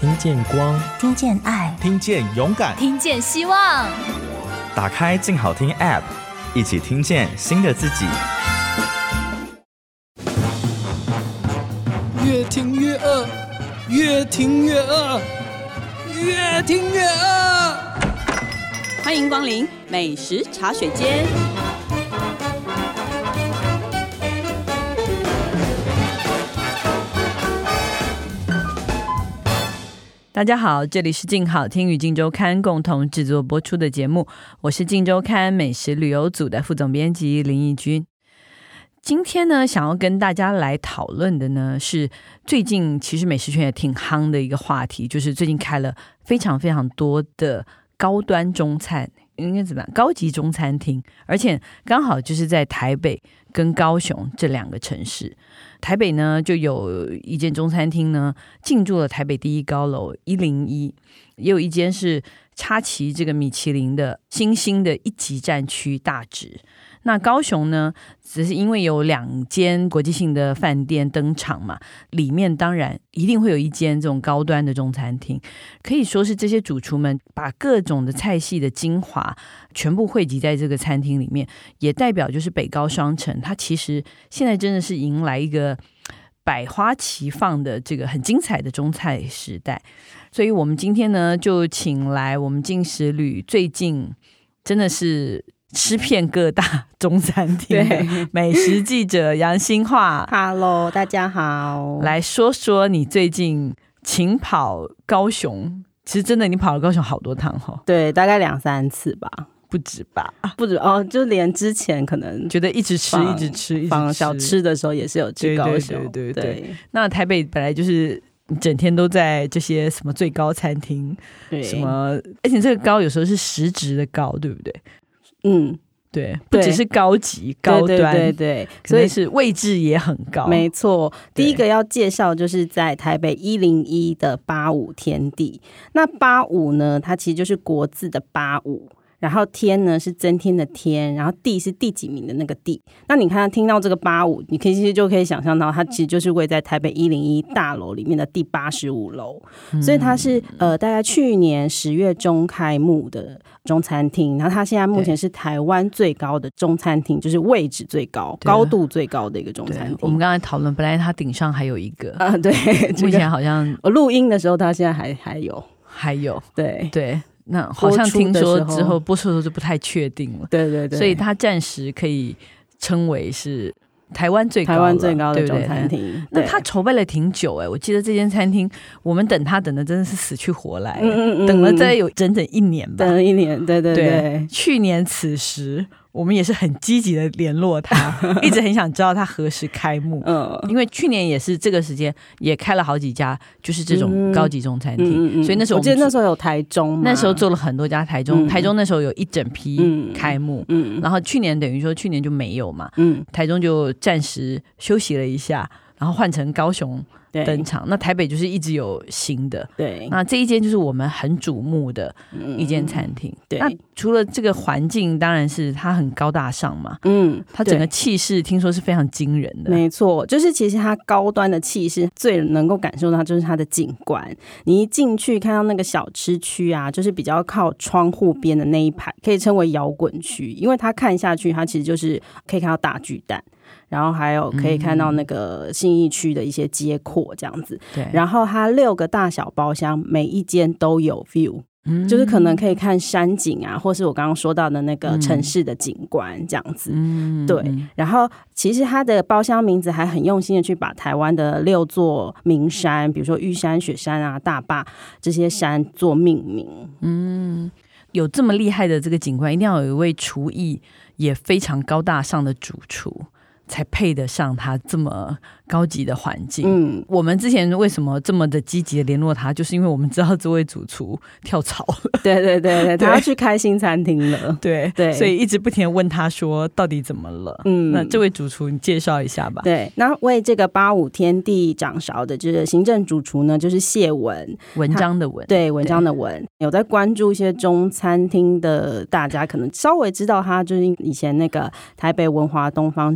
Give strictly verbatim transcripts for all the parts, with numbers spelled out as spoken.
听见光， 听见爱， 听见勇敢， 听见希望。 打开静好听 App， 一起听见新的自己。 越听越饿，越听越饿，越听越饿。 欢迎光临美食茶水间。大家好，这里是静好听与静周刊共同制作播出的节目，我是静周刊美食旅游组的副总编辑林义君。今天呢，想要跟大家来讨论的呢，是最近其实美食圈也挺夯的一个话题，就是最近开了非常非常多的高端中餐，应该怎么样？高级中餐厅，而且刚好就是在台北跟高雄这两个城市。台北呢，就有一间中餐厅呢，进驻了台北第一高楼一零一，也有一间是插旗这个米其林的新兴的一级战区大直。那高雄呢，只是因为有两间国际性的饭店登场嘛，里面当然一定会有一间这种高端的中餐厅，可以说是这些主厨们把各种的菜系的精华全部汇集在这个餐厅里面，也代表就是北高双城，它其实现在真的是迎来一个百花齐放的这个很精彩的中菜时代。所以我们今天呢，就请来我们进食旅最近真的是吃遍各大中餐厅的美食记者杨欣樺 Hello， 大家好， 来说说你最近勤跑高雄。其实真的你跑了高雄好多趟齁。 对，大概两三次吧， 不止吧？ 不止哦，就连之前可能觉得一直吃一直吃一直吃小吃的时候也是有去高雄。 对对对 对, 对, 对那台北本来就是整天都在这些什么最高餐厅，什么，而且这个高有时候是实质的高，对不对？ 嗯， 对，不只是高级高端，对对对对，所以是位置也很高。 没错，第一个要介绍就是在台北一零一的八五天地。那八五呢，它其实就是国字的八五。然后天呢是增添的天，然后地是第几名的那个地。那你看听到这个八五，你可以其实就可以想象到，它其实就是位在台北一零一大楼里面的第八十五楼，所以它是呃大概去年十月中开幕的中餐厅。然后它现在目前是台湾最高的中餐厅，就是位置最高、高度最高的一个中餐厅。 我们刚才讨论，本来它顶上还有一个啊、 呃，对， 目前好像我录音的时候，它现在还还有， 还有， 对对。那好像听说之后播出的时候就不太确定了， 对对对， 所以它暂时可以称为是台湾最高台湾最高的中餐厅。 对对那它筹备了挺久哎、欸，我记得这间餐厅我们等它等的真的是死去活来、欸嗯嗯嗯，等了再有整整一年吧， 等了一年，对对 对, 对。去年此时我们也是很积极的联络他，一直很想知道他何时开幕。嗯，因为去年也是这个时间也开了好几家，就是这种高级中餐厅、嗯嗯嗯，所以那时候 我, 我记得那时候有台中嘛， 那时候做了很多家台中，嗯、台中那时候有一整批开幕，嗯，然后去年等于说去年就没有嘛，嗯，台中就暂时休息了一下，然后换成高雄登场，那台北就是一直有新的，对，那这一间就是我们很瞩目的一间餐厅、嗯。对，那除了这个环境，当然是它很高大上嘛，嗯，它整个气势听说是非常惊人的。 没错，就是其实它高端的气势最能够感受到就是它的景观。你一进去看到那个小吃区啊，就是比较靠窗户边的那一排，可以称为摇滚区，因为它看下去，它其实就是可以看到大巨蛋。然后还有可以看到那个信义区的一些街廓这样子，对。然后它六个大小包厢，每一间都有 view，、嗯、就是可能可以看山景啊，或是我刚刚说到的那个城市的景观这样子，嗯，对。然后其实它的包厢名字还很用心的去把台湾的六座名山，比如说玉山、雪山啊、大霸这些山做命名， 嗯。有这么厉害的这个景观，一定要有一位厨艺也非常高大上的主厨，才配得上他这么高级的环境。嗯，我们之前为什么这么的积极的联络他，就是因为我们知道这位主厨跳槽了。 对对对对，他要去开新餐厅了。 对对，所以一直不停的问他说到底怎么了。嗯，那这位主厨你介绍一下吧。 对，那为这个八五天地掌勺的就是行政主厨呢，就是谢文， 文章的文， 对，文章的文。有在关注一些中餐厅的大家可能稍微知道他，就是以前那个台北文华东方酒店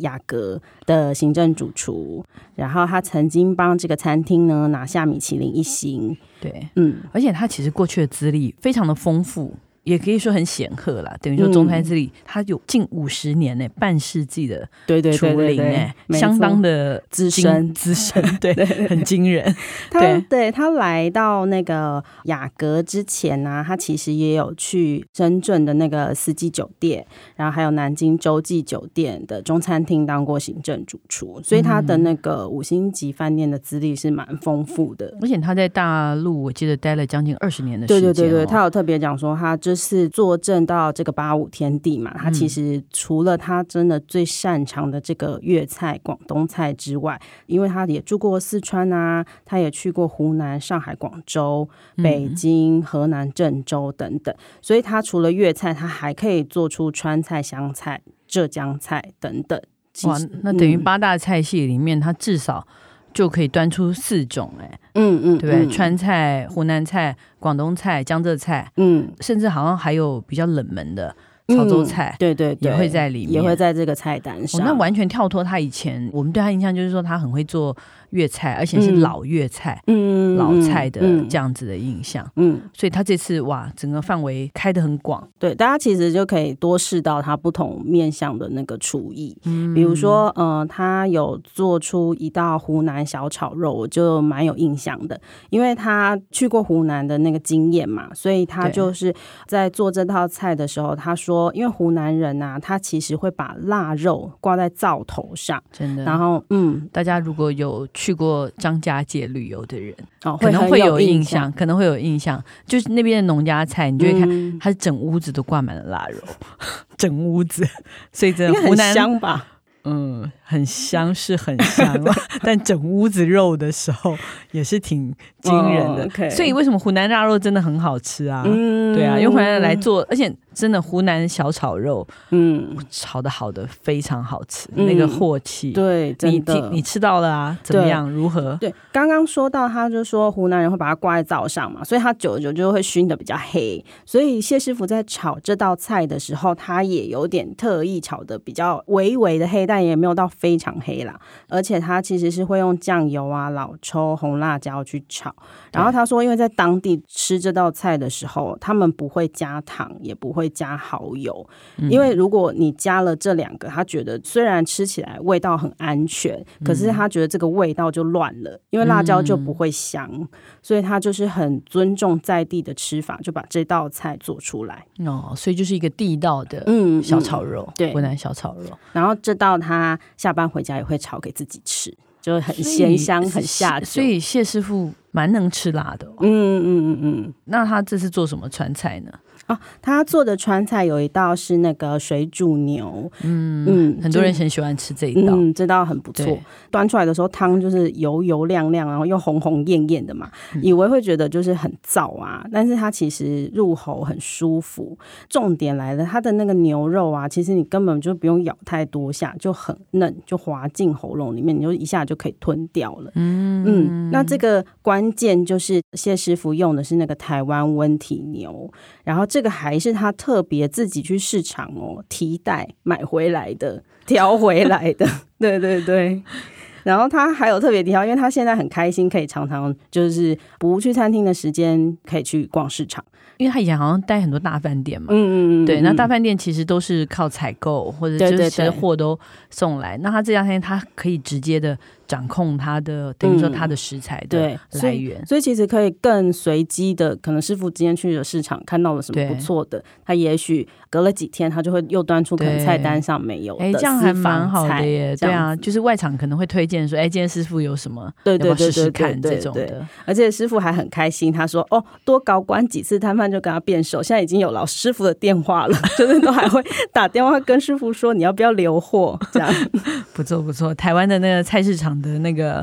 雅阁的行政主厨，然后他曾经帮这个餐厅呢拿下米其林一星。 对， 嗯， 而且他其实过去的资历非常的丰富，也可以说很显赫啦，等于说中餐资历、嗯、他有近五十年呢、欸，半世纪的厨龄哎，相当的资深资深，对，对很惊人。 他对，对他来到那个雅阁之前呢、啊，他其实也有去深圳的那个四季酒店，然后还有南京洲际酒店的中餐厅当过行政主厨，所以他的那个五星级饭店的资历是蛮丰富的。 而且他在大陆，我记得待了将近二十年的时间、哦。 对对对对，他有特别讲说他这就是坐镇到这个八五天地嘛，他其实除了他真的最擅长的这个粤菜、广东菜之外，因为他也住过四川啊，他也去过湖南、上海、广州、北京、河南郑州等等，所以他除了粤菜，他还可以做出川菜、湘菜、浙江菜等等。 哇，那等于八大菜系里面，他至少就可以端出四种哎、欸，嗯嗯，对不对？嗯、川菜、湖南菜、广东菜、江浙菜，嗯，甚至好像还有比较冷门的潮州菜， 嗯、对对对， 也会在里面， 也会在这个菜单上。 哦、那完全跳脱他以前我们对他印象，就是说他很会做粤菜，而且是老粤菜、嗯、老菜的这样子的印象。嗯，所以他这次哇，整个范围开得很广。 对，大家其实就可以多试到他不同面向的那个厨艺。嗯，比如说，呃，他有做出一道湖南小炒肉，我就蛮有印象的，因为他去过湖南的那个经验嘛，所以他就是在做这道菜的时候，他说，因为湖南人啊，他其实会把腊肉挂在灶头上， 真的。 然后，嗯， 大家如果有去过张家界旅游的人、 哦、 可能会有印象， 可能会有印象，就是那边的农家菜，你就会看、嗯、它是整屋子都挂满了腊肉，整屋子，所以真的湖南很香吧？ 嗯，很香是很香但整屋子肉的时候也是挺惊人的、哦 okay、所以为什么湖南腊肉真的很好吃啊、嗯、对啊，用湖南来做，而且真的湖南小炒肉嗯，炒的好的非常好吃、嗯、那个镬气， 对，真的你, 你吃到了啊，怎么样？如何？ 对，刚刚说到他就说湖南人会把它挂在灶上嘛，所以他久久就会熏的比较黑，所以谢师傅在炒这道菜的时候，他也有点特意炒的比较微微的黑，但也没有到非常黑啦，而且他其实是会用酱油啊、老抽、红辣椒去炒。然后他说因为在当地吃这道菜的时候，他们不会加糖也不会加蚝油、嗯、因为如果你加了这两个，他觉得虽然吃起来味道很安全、嗯、可是他觉得这个味道就乱了，因为辣椒就不会香、嗯、所以他就是很尊重在地的吃法，就把这道菜做出来。 哦，所以就是一个地道的小炒肉、嗯嗯、对，湖南小炒肉。然后这道他下班回家也会炒给自己吃，就很鲜香很下酒。 所以谢师傅蛮能吃辣的、哦、 嗯嗯嗯嗯。 那他这次做什么川菜呢？ 哦，他做的川菜有一道是那个水煮牛， 嗯嗯，很多人很喜欢吃这一道， 嗯，这道很不错。端出来的时候汤就是油油亮亮，然后又红红艳艳的嘛、嗯，以为会觉得就是很燥啊，但是它其实入口很舒服。重点来了，它的那个牛肉啊，其实你根本就不用咬太多下，就很嫩，就滑进喉咙里面，你就一下就可以吞掉了。嗯嗯，那这个关键就是谢师傅用的是那个台湾温体牛，然后这个还是他特别自己去市场哦提袋买回来的，挑回来的对对对。然后他还有特别提到，因为他现在很开心可以常常就是不去餐厅的时间可以去逛市场， 因为他以前好像带很多大饭店嘛， 嗯嗯嗯， 对，那大饭店其实都是靠采购或者就是其实货都送来，对对对，那他这家餐厅他可以直接的掌控它的等于说它的食材的来源、 嗯、所, 以所以其实可以更随机的，可能师傅今天去了市场看到了什么不错的，他也许隔了几天他就会又端出可能菜单上没有的私房菜， 这样还蛮好的耶。对啊，就是外场可能会推荐说哎，今天师傅有什么对对对对要不要试试看这种的， 而且师傅还很开心，他说哦多高关几次摊贩就跟他变熟，现在已经有老师傅的电话了就是都还会打电话跟师傅说你要不要留货这样不错不错，台湾的那个菜市场的那个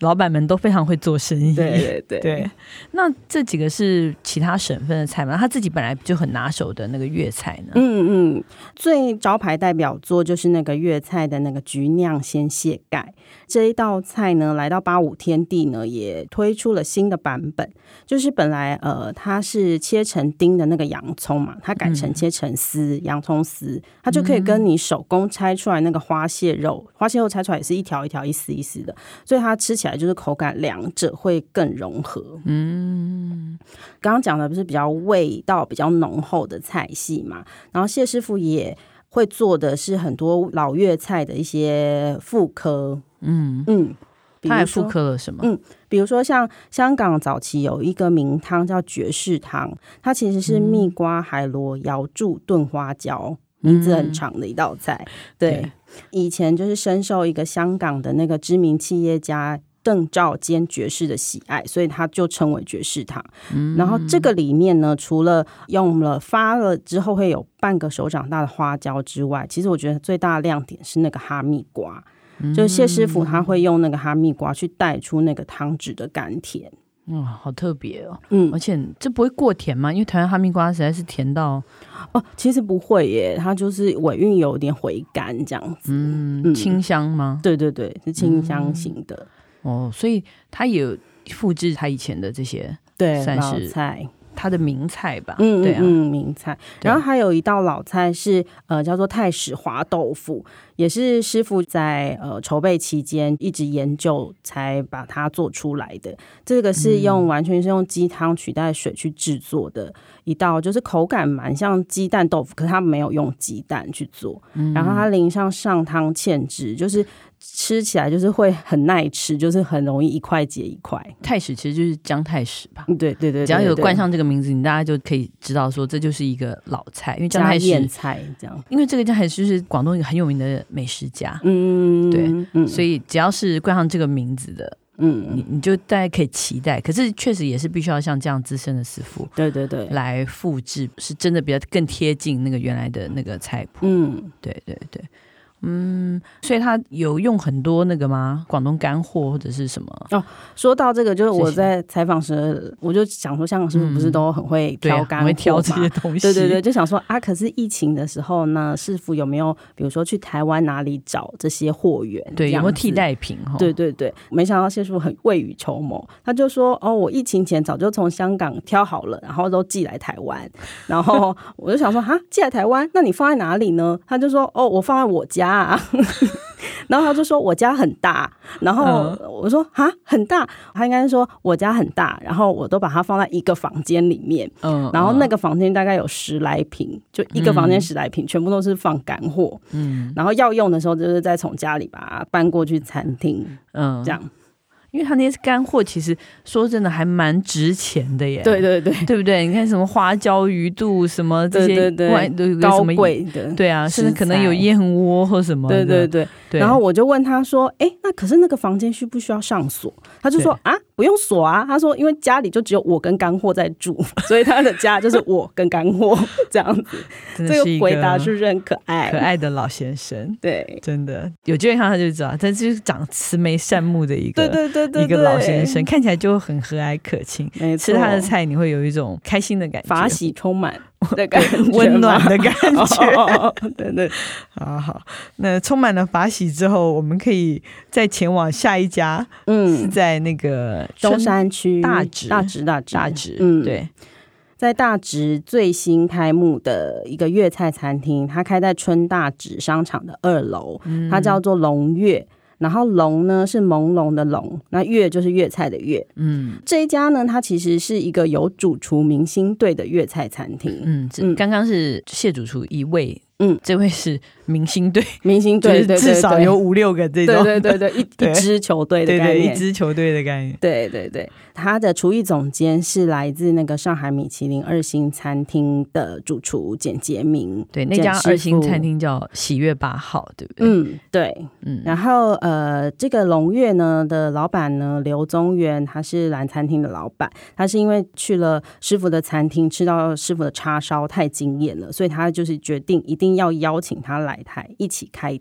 老板们都非常会做生意。 对对对对。那这几个是其他省份的菜吗？他自己本来就很拿手的那个粤菜呢？ 嗯嗯，最招牌代表作就是那个粤菜的那个菊酿鲜蟹盖。这一道菜呢，来到八五天地呢，也推出了新的版本，就是本来呃它是切成丁的那个洋葱嘛，它改成切成丝、嗯、洋葱丝，它就可以跟你手工拆出来那个花蟹肉，花蟹肉拆出来也是一条一条一丝一丝的，所以它吃起来就是口感两者会更融合。嗯，刚刚讲的不是比较味道比较浓厚的菜系嘛，然后谢师傅也会做的是很多老粤菜的一些复刻。嗯嗯， 他还复刻了什么？ 嗯，比如说像香港早期有一个名汤叫爵士汤，它其实是蜜瓜、海螺、瑶柱炖花椒，名字很长的一道菜。嗯、对, 对，以前就是深受一个香港的那个知名企业家邓肇坚爵士的喜爱，所以它就称为爵士汤。嗯、然后这个里面呢，除了用了发了之后会有半个手掌大的花椒之外，其实我觉得最大的亮点是那个哈密瓜。就是谢师傅他会用那个哈密瓜去带出那个汤汁的甘甜。 嗯，好特别哦。嗯，而且这不会过甜吗？因为台湾哈密瓜实在是甜到哦，其实不会耶，它就是尾韵有点回甘这样子。 嗯，嗯清香吗？ 对对对，是清香型的。 嗯、哦，所以他也有复制他以前的这些， 对， 算是老菜。 它的名菜吧， 嗯对啊， 嗯，名菜。然后还有一道老菜是呃叫做太史滑豆腐，也是师傅在呃筹备期间一直研究才把它做出来的。这个是用、嗯、完全是用鸡汤取代水去制作的一道，就是口感蛮像鸡蛋豆腐，可是它没有用鸡蛋去做，嗯、然后它淋上上汤芡汁，就是吃起来就是会很耐吃，就是很容易一块接一块。 太史其实就是姜太史吧？ 对对 对, 对, 对， 只要有冠上这个名字，你大家就可以知道说这就是一个老菜，因为姜太史宴菜这样， 因为这个姜太史是广东一个很有名的美食家，嗯，对，嗯、所以只要是冠上这个名字的。嗯，你你就大概可以期待，可是确实也是必须要像这样资深的师傅， 对对对， 来复制，是真的比较更贴近那个原来的那个菜谱。嗯，对对对。嗯，所以他有用很多那个吗？广东干货或者是什么？哦， 说到这个，就是我在采访时，我就想说，香港师傅不是都很会挑干货嘛、嗯， 会挑这些东西。 对对对，就想说啊，可是疫情的时候呢，师傅有没有比如说去台湾哪里找这些货源？ 对，有没有替代品？ 对对对，没想到谢师傅很未雨绸缪，他就说哦，我疫情前早就从香港挑好了，然后都寄来台湾。然后我就想说，哈，寄来台湾，那你放在哪里呢？他就说哦，我放在我家。啊、然后他就说我家很大，然后我说哈很大，他应该说我家很大，然后我都把它放在一个房间里面，嗯，然后那个房间大概有十来坪，就一个房间十来坪、嗯，全部都是放干货，嗯，然后要用的时候就是再从家里把它搬过去餐厅，嗯，这样。 因为它那些干货其实说真的还蛮值钱的耶， 对对对， 对不对？你看什么花椒鱼肚什么这些， 对对对，高贵的， 对啊，甚至可能有燕窝或什么的， 对对对对。然后我就问他说：“哎，那可是那个房间需不需要上锁？”他就说：“啊，不用锁啊。”他说：“因为家里就只有我跟干货在住，所以他的家就是我跟干货这样子。”这个回答是不是很可爱？ 可爱的老先生， 对， 真的有机会看他就知道，他就是长慈眉善目的一个， 对对对。 一个老先生看起来就很和蔼可亲，吃他的菜你会有一种开心的感觉， 法喜充满的感觉， 温暖的感觉。 哦、对对， 好好。那充满了法喜之后，我们可以再前往下一家，嗯，是在那个中山区大直大直大直大直，嗯，对。 在大直最新开幕的一个粤菜餐厅，它开在春大直商场的二楼，嗯、它叫做龙粤。然后龙呢是朦胧的龙，那粤就是粤菜的粤。嗯，这一家呢，它其实是一个有主厨明星队的粤菜餐厅。 嗯，嗯刚刚是谢主厨一位，嗯，这位是明星队， 明星队， 就是至少有五六个这种， 对对对对，一一支球队的概念， 对对，一支球队的概念， 对对对。他的厨艺总监是来自那个上海米其林二星餐厅的主厨简洁明， 对，那家二星餐厅叫喜悦八号，对不对？ 嗯，对，嗯。然后呃，这个龙粤呢的老板呢刘宗元，他是蓝餐厅的老板，他是因为去了师傅的餐厅，吃到师傅的叉烧太惊艳了，所以他就是决定一定要邀请他来台一起开店。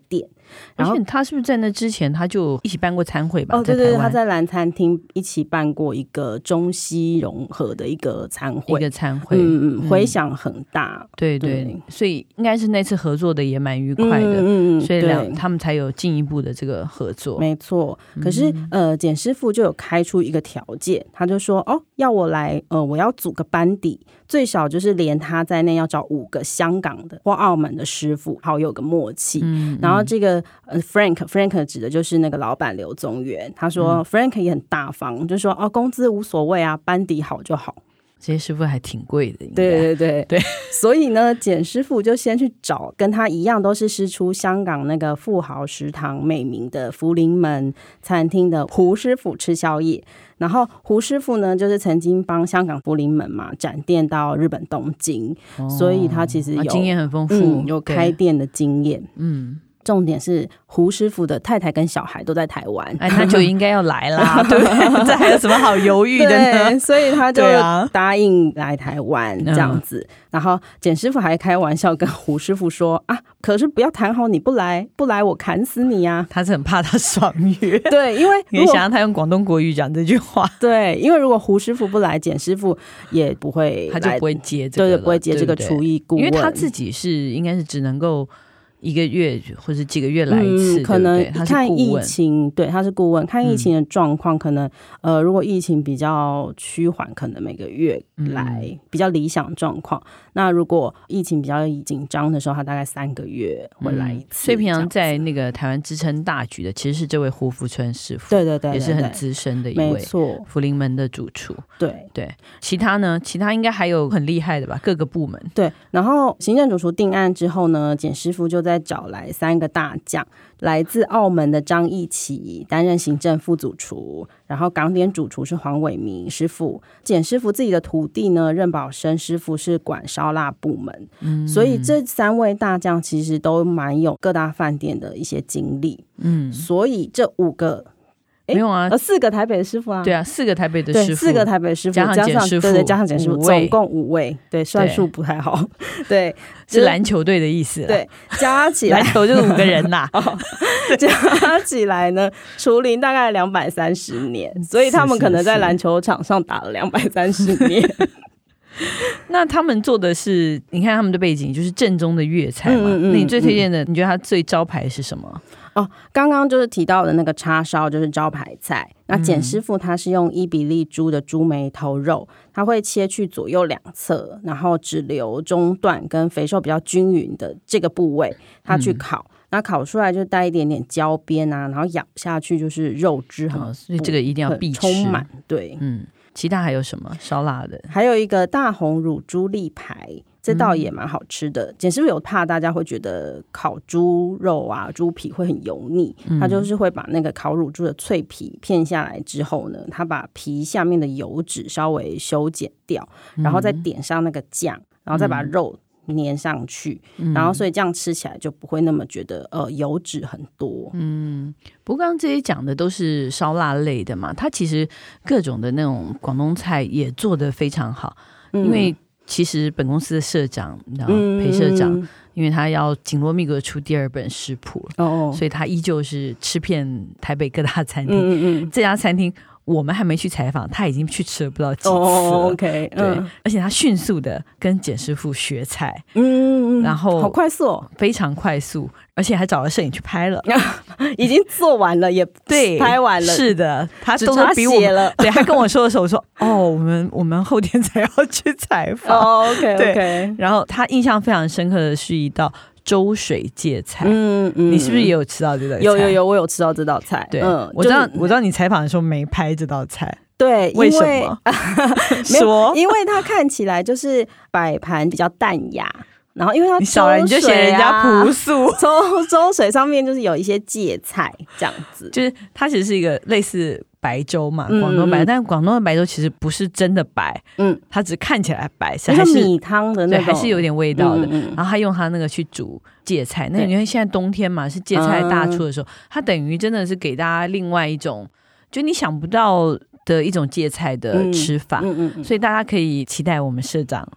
然后他是不是在那之前他就一起办过餐会吧？ 哦，对对对，他在蓝餐厅一起办过一个中西融合的一个餐会， 一个餐会， 嗯嗯，回响很大。 对 对, 对，所以应该是那次合作的也蛮愉快的，嗯嗯，所以两他们才有进一步的这个合作。 没错，可是、嗯、呃，简师傅就有开出一个条件，他就说哦，要我来，呃，我要组个班底，最少就是连他在内要找五个香港的或澳门的师傅，好有个默契。嗯，然后这个呃 Frank Frank 指的就是那个老板刘宗元，他说、嗯、Frank 也很大方，就说哦，工资无所谓啊，班底好就好。 这些师傅还挺贵的， 对对对对， 所以呢，简师傅就先去找跟他一样都是师出香港那个富豪食堂美名的福临门餐厅的胡师傅吃宵夜。然后胡师傅呢，就是曾经帮香港福临门嘛展店到日本东京，哦、所以他其实有、啊、 经验很丰富、 嗯，有开店的经验。嗯。重点是胡师傅的太太跟小孩都在台湾， 哎，那就应该要来啦，对不对？这还有什么好犹豫的呢？ 对，所以他就答应来台湾这样子。嗯、然后简师傅还开玩笑跟胡师傅说啊，可是不要谈好你不来，不来我砍死你啊！ 他是很怕他爽约， 对，因为你想让他用广东国语讲这句话， 对，因为如果胡师傅不来，简师傅也不会来， 他就不会接这个， 对，不会接这个厨艺顾问， 因为他自己是应该是只能够。一个月或者几个月来一次， 嗯、可能看疫情，对，他是顾问，看疫情的状况，嗯、可能呃，如果疫情比较趋缓，可能每个月来、嗯、比较理想状况。那如果疫情比较紧张的时候，他大概三个月会来一次。嗯、 所以平常在那个台湾支撑大局的，其实是这位胡福春师傅， 对对 对, 对, 对， 也是很资深的一位， 没错， 福临门的主厨。 对对，其他呢？其他应该还有很厉害的吧？各个部门。 对，然后行政主厨定案之后呢，简师傅就在。再找来三个大将，来自澳门的张义奇担任行政副主厨，然后港点主厨是黄伟明师傅，简师傅自己的徒弟呢任宝生师傅是管烧腊部门、嗯、所以这三位大将其实都蛮有各大饭店的一些经历，嗯，所以这五个没有啊， 四个台北的师傅啊， 对啊，四个台北的师傅， 四个台北师傅加上简师傅， 对对，加上简师傅，总共五位，对，算数不太好，对， 是篮球队的意思， 对，加起来篮球就是五个人呐、 哦，加起来呢，厨龄大概两百三十年，所以他们可能在篮球场上打了两百三十年。 那他们做的是，你看他们的背景就是正宗的粤菜嘛，嗯嗯嗯，那你最推荐的，你觉得他最招牌是什么？ 哦，刚刚就是提到的那个叉烧就是招牌菜。那简师傅他是用伊比利猪的猪眉头肉，他会切去左右两侧，然后只留中段跟肥瘦比较均匀的这个部位，他去烤。嗯，那烤出来就带一点点焦边啊，然后咬下去就是肉汁很、哦， 所以这个一定要必吃， 充满。对， 嗯，其他还有什么烧腊的？ 还有一个大红乳猪立排。这道也蛮好吃的，简师傅有怕大家会觉得烤猪肉啊、猪皮会很油腻，嗯、他就是会把那个烤乳猪的脆皮片下来之后呢，他把皮下面的油脂稍微修剪掉，然后再点上那个酱，然后再把肉粘上去，嗯、然后所以这样吃起来就不会那么觉得呃油脂很多。 嗯，不过刚刚这些讲的都是烧腊类的嘛，它其实各种的那种广东菜也做得非常好，嗯、因为。其实本公司的社长，你知道裴社长，嗯、因为他要紧锣密鼓出第二本食谱，哦，所以他依旧是吃遍台北各大餐厅。嗯嗯，这家餐厅我们还没去采访，他已经去吃了不知道几次了。 哦 ，OK， 对，嗯、而且他迅速的跟简师傅学菜， 嗯， 然后好快速，哦， 非常快速，而且还找了摄影去拍了， 已经做完了，也对， 拍完了， 是的，他都比我们了。对，他跟我说的时候，我说哦，我们我们后天才要去采访。 哦 ，OK OK。 然后他印象非常深刻的是一道粥水芥菜，嗯嗯，你是不是也有吃到这道菜？ 有有有，我有吃到这道菜。对， 嗯，我知道，我知道你采访的时候没拍这道菜。 对， 为什么？ 说，因为它看起来就是摆盘比较淡雅。然后因为它、啊、 你少来你就嫌人家朴素， 粥粥水上面就是有一些芥菜这样子， 就是它其实是一个类似白粥嘛，广东白，嗯、但广东的白粥其实不是真的白，嗯，它只看起来白， 还是米汤的那种， 还是有点味道的。嗯嗯，然后他用他那个去煮芥菜，那因为现在冬天嘛，是芥菜大出的时候，它、嗯、等于真的是给大家另外一种，就你想不到的一种芥菜的吃法，嗯嗯嗯嗯，所以大家可以期待我们社长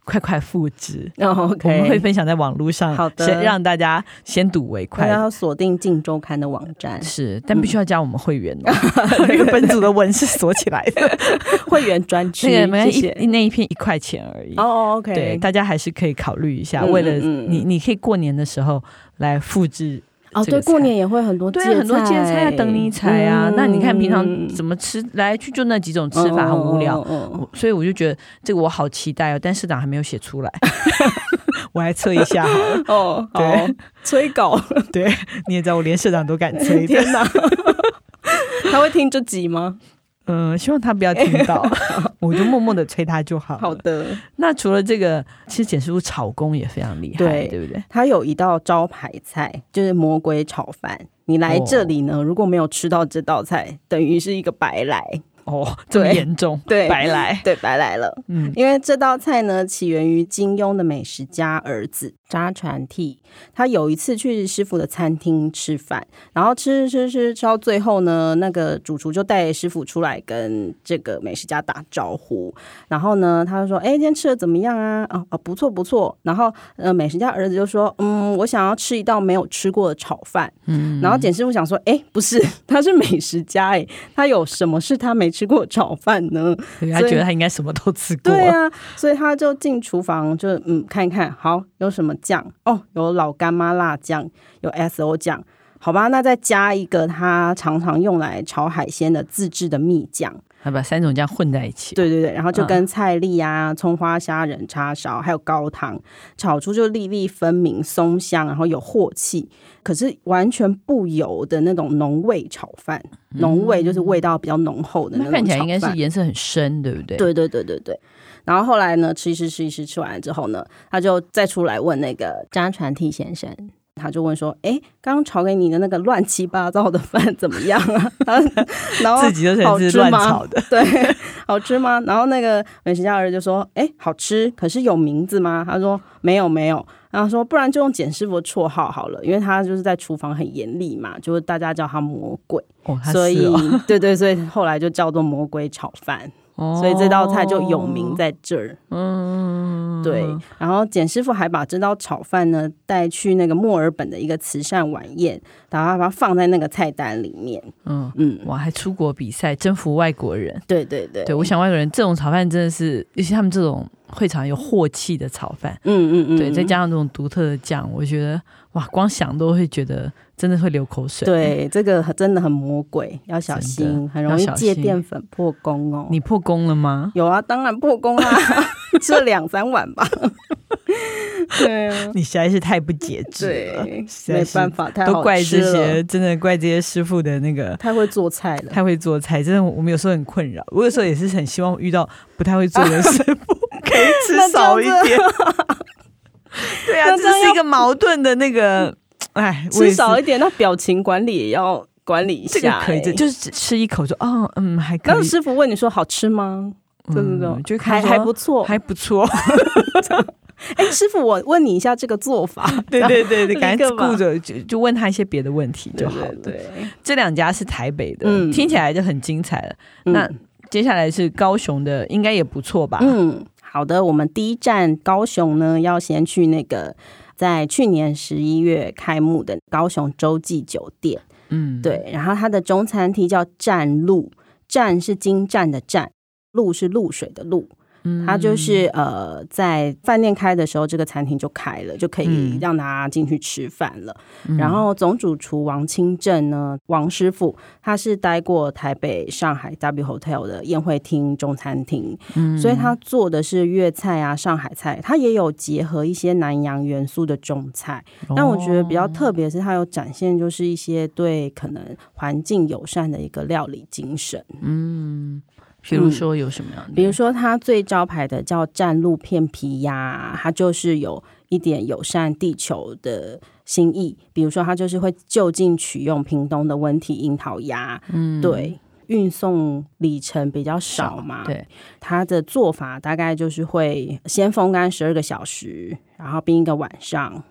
快快复制、 哦 OK、 我们会分享在网络上， 好的， 先让大家先睹为快， 大家要锁定镜周刊的网站， 是，但必须要加我们会员哦。那个本组的文是锁起来的， 会员专区， 那个谢谢一那一片一块钱而已。 哦 OK， 对，大家还是可以考虑一下， 嗯、 为了嗯你，你可以过年的时候来复制。 哦，对，过年也会很多芥菜， 对，很多芥菜等你采啊、嗯。那你看平常嗯怎么吃，来去就那几种吃法，很无聊、 嗯嗯。 所以我就觉得这个我好期待哦，但市长还没有写出来，我来催一下好了。 哦，对，催稿， 对，你也知道我连社长都敢催的。 天哪，他会听这集吗？ 嗯，希望他不要听到，我就默默的催他就好。 好的。 那除了这个，其实简师傅炒功也非常厉害，对，对不对？ 他有一道招牌菜，就是魔鬼炒饭。你来这里呢，哦、如果没有吃到这道菜，等于是一个白来。 哦，这么严重， 对， 白来， 对，白来了。嗯，因为这道菜呢，起源于金庸的美食家儿子查传娣。他有一次去师傅的餐厅吃饭，然后吃吃吃吃到最后呢，那个主厨就带师傅出来跟这个美食家打招呼，然后呢，他就说：“哎，今天吃的怎么样啊？哦哦，不错不错。”然后呃，美食家儿子就说：“嗯，我想要吃一道没有吃过的炒饭。”嗯，然后简师傅想说：“哎，不是，他是美食家，哎，他有什么是他没吃过炒饭呢？ 他觉得他应该什么都吃过。 对啊，所以他就进厨房就嗯看一看，好，有什么酱哦，有老干妈辣酱，有 S O 酱，好吧，那再加一个他常常用来炒海鲜的自制的蜜酱。 他把三种酱混在一起， 对对对，然后就跟菜粒啊、嗯、葱花虾仁叉烧还有高汤炒出就粒粒分明、松香，然后有镬气，可是完全不油的那种浓味炒饭。嗯、浓味就是味道比较浓厚的那种炒饭， 那看起来应该是颜色很深，对不对？ 对对对对对。然后后来呢，吃一吃吃一吃，吃完了之后呢，他就再出来问那个查传娣先生。他就问说：“哎，刚刚炒给你的那个乱七八糟的饭怎么样啊？”然后自己都才是乱炒的， 对，好吃吗？然后那个美食家儿就说：“哎，好吃，可是有名字吗？”他说：“没有，没有。”然后说：“不然就用简师傅的绰号好了，因为他就是在厨房很严厉嘛，就是大家叫他魔鬼， 哦，他是哦所以对对，所以后来就叫做魔鬼炒饭。”哦、所以这道菜就有名在这儿。嗯，对。然后简师傅还把这道炒饭呢带去那个墨尔本的一个慈善晚宴，然后把它放在那个菜单里面。嗯嗯， 哇，还出国比赛征服外国人。 对对对， 对我想外国人这种炒饭真的是，尤其他们这种会炒有镬气的炒饭。 嗯嗯嗯， 对，再加上这种独特的酱，我觉得哇，光想都会觉得真的会流口水。 对，这个真的很魔鬼，要小心，很容易借淀粉破功哦。 你破功了吗？ 有啊，当然破功啦，吃了两三碗吧。对啊， 你实在是太不节制了， 对，没办法，太好吃了， 都怪这些，真的怪这些师傅的那个太会做菜了， 太会做菜，真的我们有时候很困扰。我有时候也是很希望遇到不太会做的师傅，可以吃少一点。对啊，这是一个矛盾的那个，哎， 吃少一点，那表情管理也要管理一下、欸。 这个可以，就是吃一口就哦，嗯，还可以。 刚师傅问你说好吃吗？对对对， 就还还不错， 还不错。 哎，师傅，我问你一下这个做法。 对对对对，赶紧顾着就就问他一些别的问题就好了。 对，对对， 这两家是台北的， 嗯、 听起来就很精彩了。嗯、那接下来是高雄的，应该也不错吧？ 嗯，好的，我们第一站高雄呢，要先去那个在去年十一月开幕的高雄洲际酒店。嗯，对，然后它的中餐厅叫湛露，湛是精湛的湛，露是露水的露。它就是呃，在饭店开的时候，这个餐厅就开了，就可以让大家进去吃饭了。嗯、然后总主厨王清正呢，王师傅，他是待过台北、上海 W Hotel 的宴会厅、中餐厅，嗯、所以他做的是粤菜啊、上海菜，他也有结合一些南洋元素的中菜。哦、但我觉得比较特别的是，他有展现就是一些对可能环境友善的一个料理精神。嗯。 比如说有什么样的、 嗯？比如说它最招牌的叫湛露片皮鸭，它就是有一点友善地球的心意。比如说它就是会就近取用屏东的温体樱桃鸭，嗯，对，运送里程比较少嘛， 对， 它的做法大概就是会先风干十二个小时，然后冰一个晚上。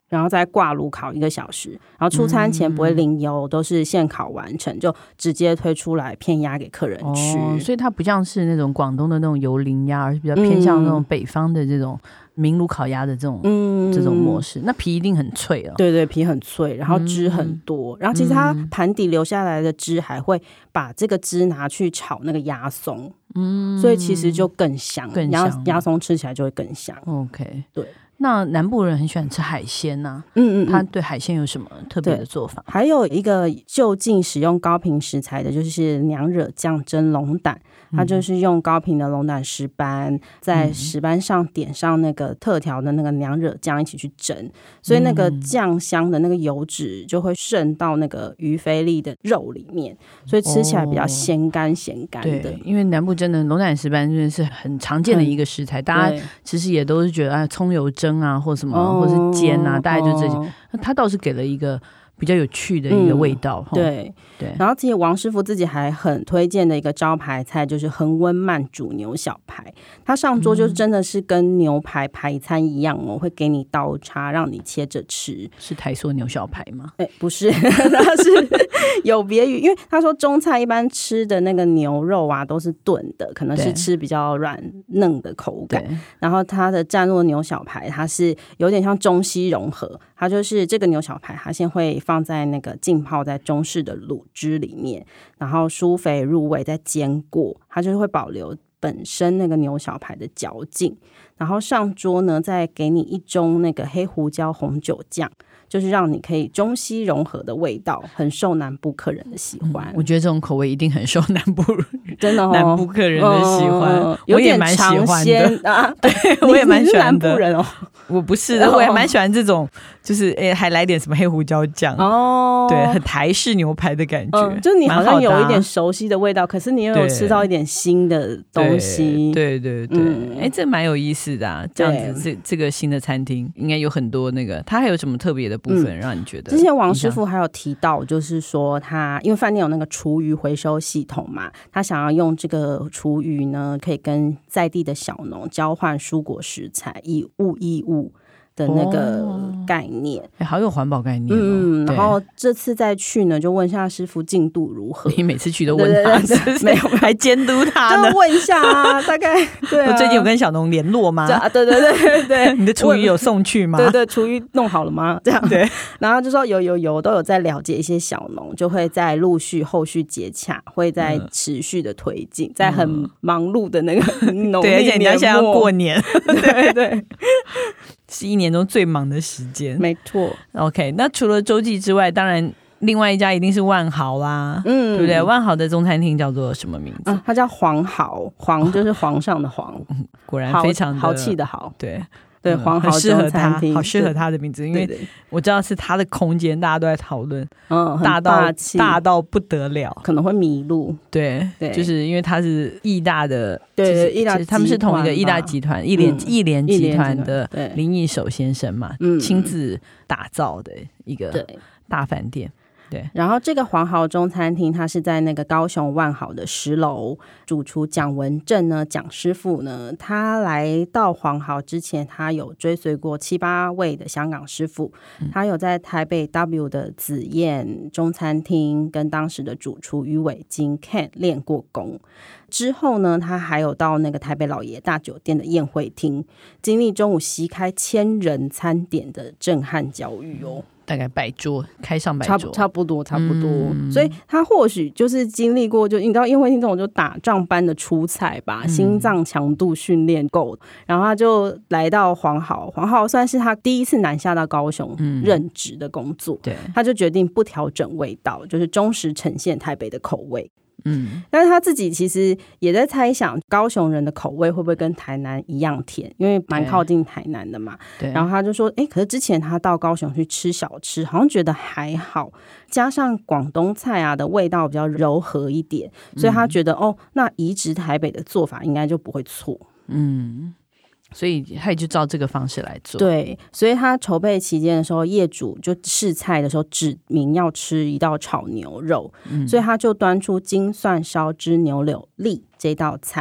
然后再挂炉烤一个小时，然后出餐前不会淋油，都是现烤完成，就直接推出来片鸭给客人吃。 哦，所以它不像是那种广东的那种油淋鸭，而是比较偏向那种北方的这种明炉烤鸭的这种、嗯、这种模式。那皮一定很脆哦。 对对，皮很脆，然后汁很多、嗯、然后其实它盘底留下来的汁还会把这个汁拿去炒那个鸭松，嗯，所以其实就更香，更香，鸭鸭松吃起来就会更香。 OK， 对。 那南部人很喜欢吃海鲜呐、啊，嗯, 嗯嗯，他对海鲜有什么特别的做法？ 还有一个就近使用高频食材的，就是娘惹酱蒸龙胆，它就是用高频的龙胆石斑，在石斑上点上那个特调的那个娘惹酱一起去蒸，所以那个酱香的那个油脂就会渗到那个鱼菲力的肉里面，所以吃起来比较鲜干咸干的、哦。 对，因为南部真的龙胆石斑真的是很常见的一个食材，大家其实也都是觉得啊，葱油蒸啊，或什么，哦、或是煎啊，大概就这些。哦、他倒是给了一个比较有趣的一个味道。 嗯、对对。然后自己王师傅自己还很推荐的一个招牌菜，就是恒温慢煮牛小排。它上桌就真的是跟牛排排餐一样哦，会给你刀叉让你切着吃。 是台塑牛小排吗？ 哎，不是，它是有别于，因为他说中菜一般吃的那个牛肉啊都是炖的，可能是吃比较软嫩的口感。然后它的战落牛小排，它是有点像中西融合。它就是这个牛小排，它先会放在那个浸泡在中式的卤汁里面，然后疏肥入味，再煎过，它就是会保留本身那个牛小排的嚼劲。然后上桌呢，再给你一盅那个黑胡椒红酒酱，就是让你可以中西融合的味道，很受南部客人的喜欢。 嗯、我觉得这种口味一定很受南部真的、哦、 南部客人的喜欢，嗯、 有点我也蛮喜欢的啊。 对，我也蛮喜欢的。 南部人哦， 我不是的，我也蛮喜欢这种，就是诶、欸，还来点什么黑胡椒酱哦，对，很台式牛排的感觉， 嗯、就你好像有一点熟悉的味道，可是你又有吃到一点新的东西。 对对对，哎、嗯欸，这蛮有意思的啊。这样子，这这个新的餐厅应该有很多那个，它还有什么特别的部分让你觉得？ 之前王师傅还有提到，就是说他因为饭店有那个厨余回收系统嘛，他想要用这个厨余呢，可以跟在地的小农交换蔬果食材，以物易物的那个概念， 哦欸、好有环保概念、哦。 嗯，然后这次再去呢，就问一下师傅进度如何。 你每次去都问他，是不是？ 没有， 还监督他呢。 就问一下啊，大概对、啊。 我最近有跟小农联络吗？ 啊，对对对对对。 你的厨余有送去吗？ 对对，厨余弄好了吗？这样对。然后就说有有有，都有在了解一些小农，就会在陆续后续接洽，会在持续的推进，嗯、在很忙碌的那个农历年末。对， 而且人家现在要过年， 对对。 是一年中最忙的时间， 没错。 OK， 那除了洲际之外，当然另外一家一定是万豪啦，嗯，对不对？万豪的中餐厅叫做什么名字？ 啊、它叫皇豪，皇就是皇上的皇， 嗯、果然非常的豪气的豪， 对对，皇豪中餐厅， 好适合他的名字，因为我知道是他的空间，大家都在讨论，嗯，大到大到不得了， 可能会迷路， 对对，就是因为他是义大的， 对，义大他们是同一个义大集团，义联义联集团的林义守先生嘛，嗯，亲自打造的一个大饭店。对， 然后这个皇豪中餐厅，它是在那个高雄万豪的十楼，主厨蒋文正呢，蒋师傅呢，他来到皇豪之前，他有追随过七八位的香港师傅，嗯、他有在台北 W 的紫燕中餐厅跟当时的主厨于伟金 Ken 练过功。之后呢，他还有到那个台北老爷大酒店的宴会厅，经历中午席开千人餐点的震撼教育哦。 大概百桌，开上百桌， 差不多，差不多。嗯、所以他或许就是经历过，就你知道宴会厅这种就打仗般的出菜吧，嗯、心脏强度训练够，然后他就来到皇豪，皇豪算是他第一次南下到高雄任职的工作，嗯、对，他就决定不调整味道，就是忠实呈现台北的口味。嗯，但是他自己其实也在猜想高雄人的口味会不会跟台南一样甜，因为蛮靠近台南的嘛。对，然后他就说，哎，可是之前他到高雄去吃小吃，好像觉得还好，加上广东菜啊的味道比较柔和一点，所以他觉得、嗯、哦，那移植台北的做法应该就不会错。嗯。 所以他也就照这个方式来做。 对，所以他筹备期间的时候，业主就试菜的时候指明要吃一道炒牛肉，嗯、所以他就端出金蒜烧汁牛柳粒这道菜。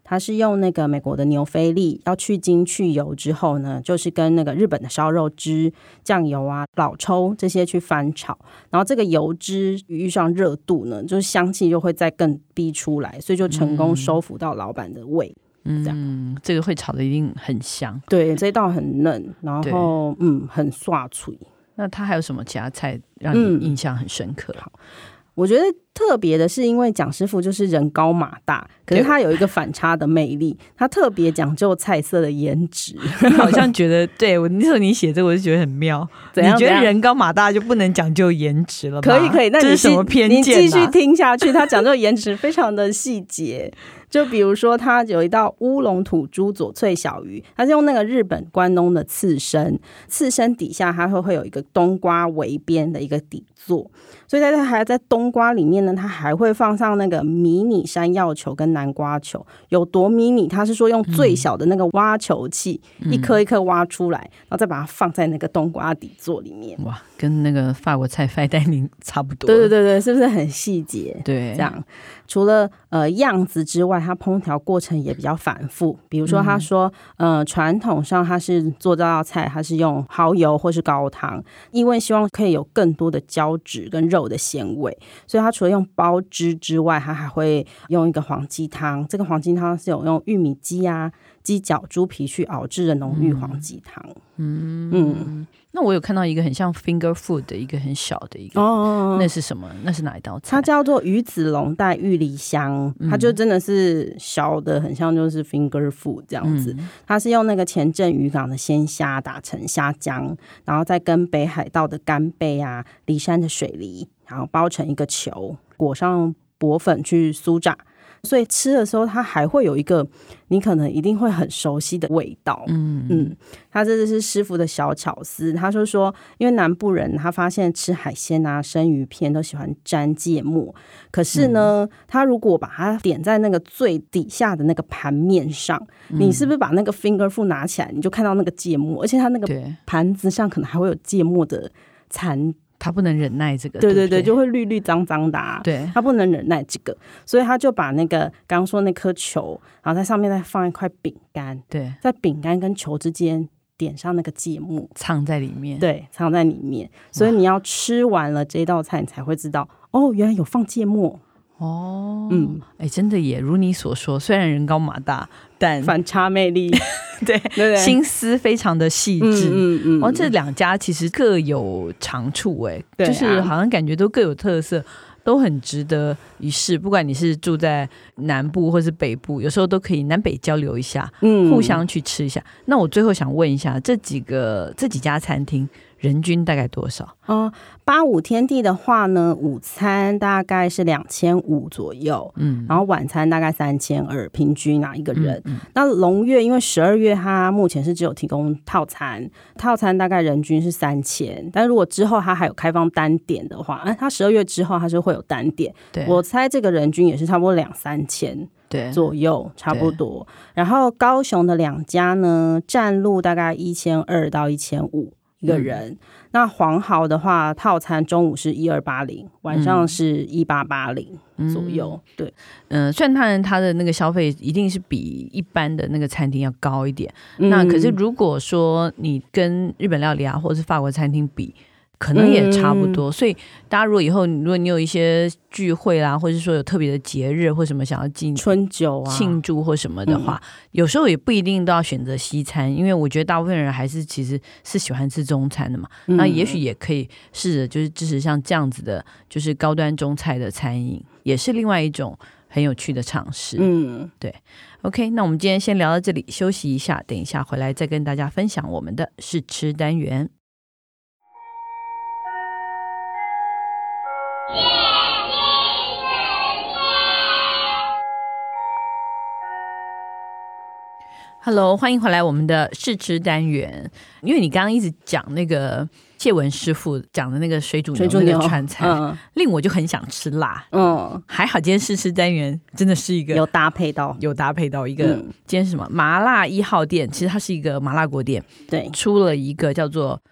它是用那个美国的牛菲力，要去筋去油之后呢，就是跟那个日本的烧肉汁、酱油啊、老抽这些去翻炒，然后这个油脂遇上热度呢，就是香气就会再更逼出来，所以就成功收服到老板的胃。 嗯，这样这个会炒的一定很香。 对，这一道很嫩，然后嗯很刷脆。 那它还有什么其他菜让你印象很深刻？ 嗯、好，我觉得特别的是，因为蒋师傅就是人高马大，可是他有一个反差的魅力，他特别讲究菜色的颜值。 你好像觉得，对我那时候你写这个，我就觉得很妙。 怎样？ 你觉得人高马大就不能讲究颜值了吗？ 可以可以，那你这是什么偏见、啊？ 你继续听下去，他讲究颜值非常的细节。就比如说，他有一道乌龙土猪左脆小鱼，他是用那个日本关东的刺身，刺身底下它会会有一个冬瓜围边的一个底座，所以在它还在冬瓜里面呢，它还会放上那个迷你山药球跟南瓜球，有多迷你？他是说用最小的那个挖球器，嗯、一颗一颗挖出来，然后再把它放在那个冬瓜底座里面。 哇，跟那个法国菜费丹宁差不多。 对对对对，是不是很细节？ 对， 这样除了呃样子之外，它烹调过程也比较繁复。比如说，他说，嗯、呃，传统上他是做这道菜，他是用蚝油或是高汤，因为希望可以有更多的胶质跟肉的鲜味，所以他除了用包汁之外，他还会用一个黄鸡汤。这个黄鸡汤是有用玉米鸡啊、鸡脚、猪皮去熬制的浓郁黄鸡汤。 嗯嗯。那我有看到一个很像 finger food 的一个很小的一个，哦，那是什么？那是哪一道菜？ 它叫做鱼子龙带玉梨香，它就真的是小的，很像就是 finger food 这样子。嗯、它是用那个前镇渔港的鲜虾打成虾浆，然后再跟北海道的干贝啊、梨山的水梨，然后包成一个球，裹上薄粉去酥炸。所以吃的时候它还会有一个你可能一定会很熟悉的味道。嗯嗯，他这是师傅的小巧思。他就说因为南部人他发现吃海鲜啊生鱼片都喜欢沾芥末，可是呢、嗯、他如果把它点在那个最底下的那个盘面上、嗯、你是不是把那个 finger food 拿起来你就看到那个芥末，而且他那个盘子上可能还会有芥末的残， 他不能忍耐这个， 对对对, 对，就会绿绿脏脏的、啊，对，他不能忍耐这个，所以他就把那个刚刚说那颗球，然后在上面再放一块饼干，对，在饼干跟球之间点上那个芥末， 藏在里面， 对，藏在里面，所以你要吃完了这道菜，你才会知道，哦，原来有放芥末。 哦，嗯，哎，真的也如你所说，虽然人高马大，但反差魅力， 对对对，心思非常的细致。嗯嗯，哦，这两家其实各有长处，哎、啊，就是好像感觉都各有特色，都很值得一试。不管你是住在南部或是北部，有时候都可以南北交流一下，嗯，互相去吃一下。那我最后想问一下，这几个这几家餐厅人均大概多少？ 嗯，八五天地的话呢，午餐大概是两千五左右，嗯，然后晚餐大概三千二，平均啊一个人。嗯嗯、那龙月因为十二月它目前是只有提供套餐，套餐大概人均是三千，但如果之后它还有开放单点的话，嗯、它十二月之后它是会有单点，对，我猜这个人均也是差不多两三千。对，左右差不多。然后高雄的两家呢，站路大概一千二到一千五一个人。嗯、那黄豪的话，套餐中午是一二八零，晚上是一八八零左右。嗯、对， 嗯、呃，虽然他他的那个消费一定是比一般的那个餐厅要高一点，嗯、那可是如果说你跟日本料理啊，或者是法国餐厅比，可能也差不多，嗯、所以大家如果以后如果你有一些聚会啦，或者说有特别的节日或什么想要进春酒啊庆祝或什么的话，嗯、有时候也不一定都要选择西餐，因为我觉得大部分人还是其实是喜欢吃中餐的嘛。嗯、那也许也可以试着就是支持像这样子的，就是高端中菜的餐饮，也是另外一种很有趣的尝试。嗯，对。OK， 那我们今天先聊到这里，休息一下，等一下回来再跟大家分享我们的试吃单元。Hello， 欢迎回来我们的试吃单元。因为你刚刚一直讲那个谢文师傅讲的那个水煮牛那个川菜，嗯、令我就很想吃辣。嗯，还好今天试吃单元真的是一个有搭配到， 有搭配到一个。嗯、今天是什么？麻辣一号店，其实它是一个麻辣锅店，对，出了一个叫做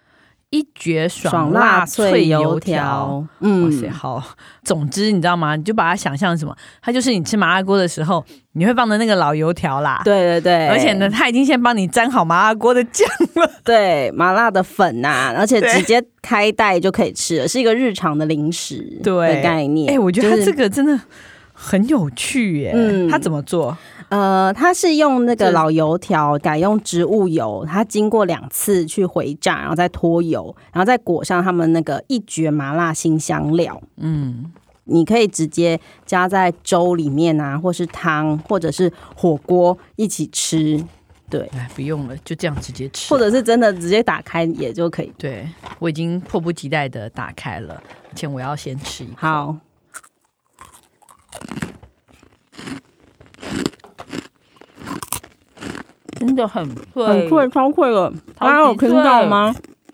一绝爽辣脆油条。 嗯， 哇塞，好。总之你知道吗？你就把它想象什么？它就是你吃麻辣锅的时候，你会放的那个老油条啦。 对对对， 而且呢，它已经先帮你沾好麻辣锅的酱了。 对，麻辣的粉呐、啊，而且直接开袋就可以吃了，是一个日常的零食的概念。 哎、欸，我觉得它这个真的很有趣耶。嗯，它怎么做？ 呃，它是用那个老油条改用植物油，它经过两次去回炸，然后再脱油，然后再裹上他们那个一绝麻辣新香料。嗯，你可以直接加在粥里面啊，或是汤，或者是火锅一起吃。对， 哎，不用了，就这样直接吃， 或者是真的直接打开也就可以。 对，我已经迫不及待的打开了，而且我要先吃一口。 好。 真的很脆， 很脆，超脆了！大家有听到吗？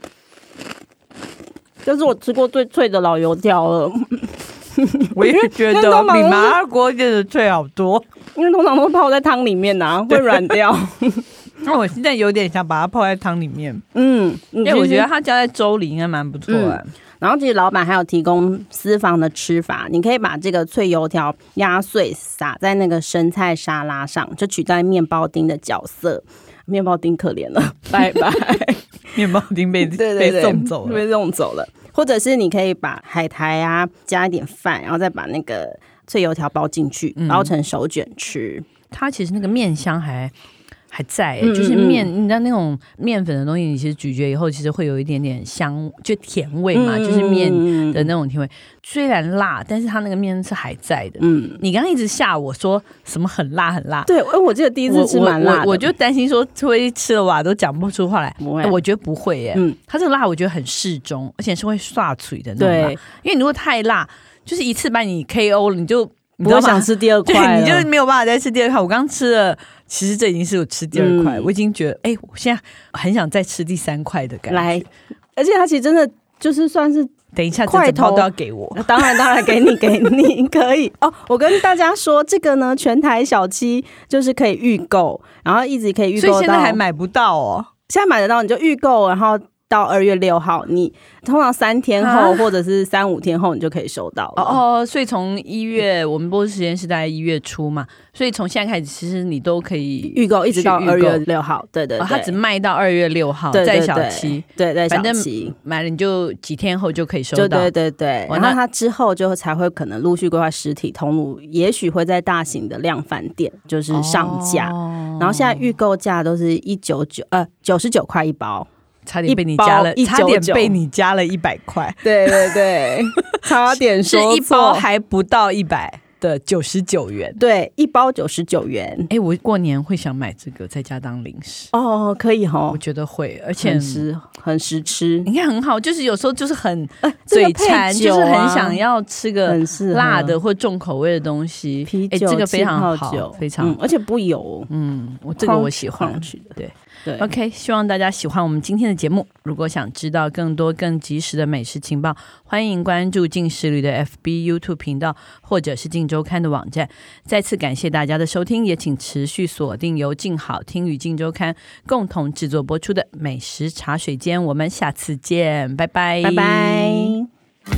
这是我吃过最脆的老油条了。 我也觉得比麻辣锅真的脆好多， 因为通常都泡在汤里面啊，会软掉。 那我现在有点想把它泡在汤里面， 嗯， 因为我觉得它加在粥里应该蛮不错的、嗯。 然后其实老板还有提供私房的吃法，你可以把这个脆油条压碎撒在那个生菜沙拉上，就取代面包丁的角色。面包丁可怜了，拜拜。 面包丁被对对对被送走了， 被送走了。或者是你可以把海苔啊加一点饭，然后再把那个脆油条包进去，包成手卷吃。嗯、 它其实那个面香还。还在、欸嗯，就是面，你知道那种面粉的东西，你其实咀嚼以后，其实会有一点点香，就甜味嘛，嗯、就是面的那种甜味。虽然辣，但是它那个面是还在的。嗯，你刚刚一直吓我说什么很辣很辣， 对，我记得第一次吃蛮辣的， 我, 我, 我就担心说会吃了哇都讲不出话来。不会、欸，我觉得不会耶、欸。嗯，它这个辣我觉得很适中，而且是会刷嘴的那种辣。对，因为你如果太辣，就是一次把你 K O 了，你就。 不会想吃第二块， 你就没有办法再吃第二块。我刚吃了，其实这已经是我吃第二块、嗯，我已经觉得，哎、欸，我现在很想再吃第三块的感觉。 来，而且它其实真的就是算是， 等一下块头都要给我， 当然当然给你给你可以哦。我跟大家说，这个呢，全台小七就是可以预购，然后一直可以预购到， 所以现在还买不到哦。 现在买得到，你就预购，然后。到二月六号，你通常三天后或者是三五天后，你就可以收到了。 哦哦，所以从一月，我们播出时间是在一月初嘛，所以从现在开始，其实你都可以预购，一直到二月六号。对对对， 哦、它只卖到二月六号，在小七， 对，在小七买了你就几天后就可以收到。 对对对，然后它之后就才会可能陆续规划实体通路，也许会在大型的量贩店就是上架。哦、然后现在预购价都是一九九呃九十九块一包。 差点被你加了，差点被你加了一百块。 对对对，差点说错， 是一包还不到一百的九十九元。 对，一包九十九元。 哎、欸，我过年会想买这个，在家当零食。 哦，可以哦， 我觉得会，而且很实很实吃。 你看很好，就是有时候就是很嘴馋、呃这个啊，就是很想要吃个辣的或重口味的东西。 啤酒、 欸，这个非常好，非常、 嗯，而且不油。 嗯，我这个我喜欢。对。对 OK， 希望大家喜欢我们今天的节目。如果想知道更多更及时的美食情报，欢迎关注镜食旅的 F B、YouTube 频道，或者是镜周刊的网站。再次感谢大家的收听，也请持续锁定由镜好听与镜周刊共同制作播出的美食茶水间。我们下次见，拜拜， 拜拜。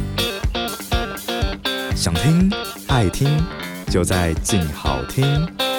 想听爱听，就在镜好听。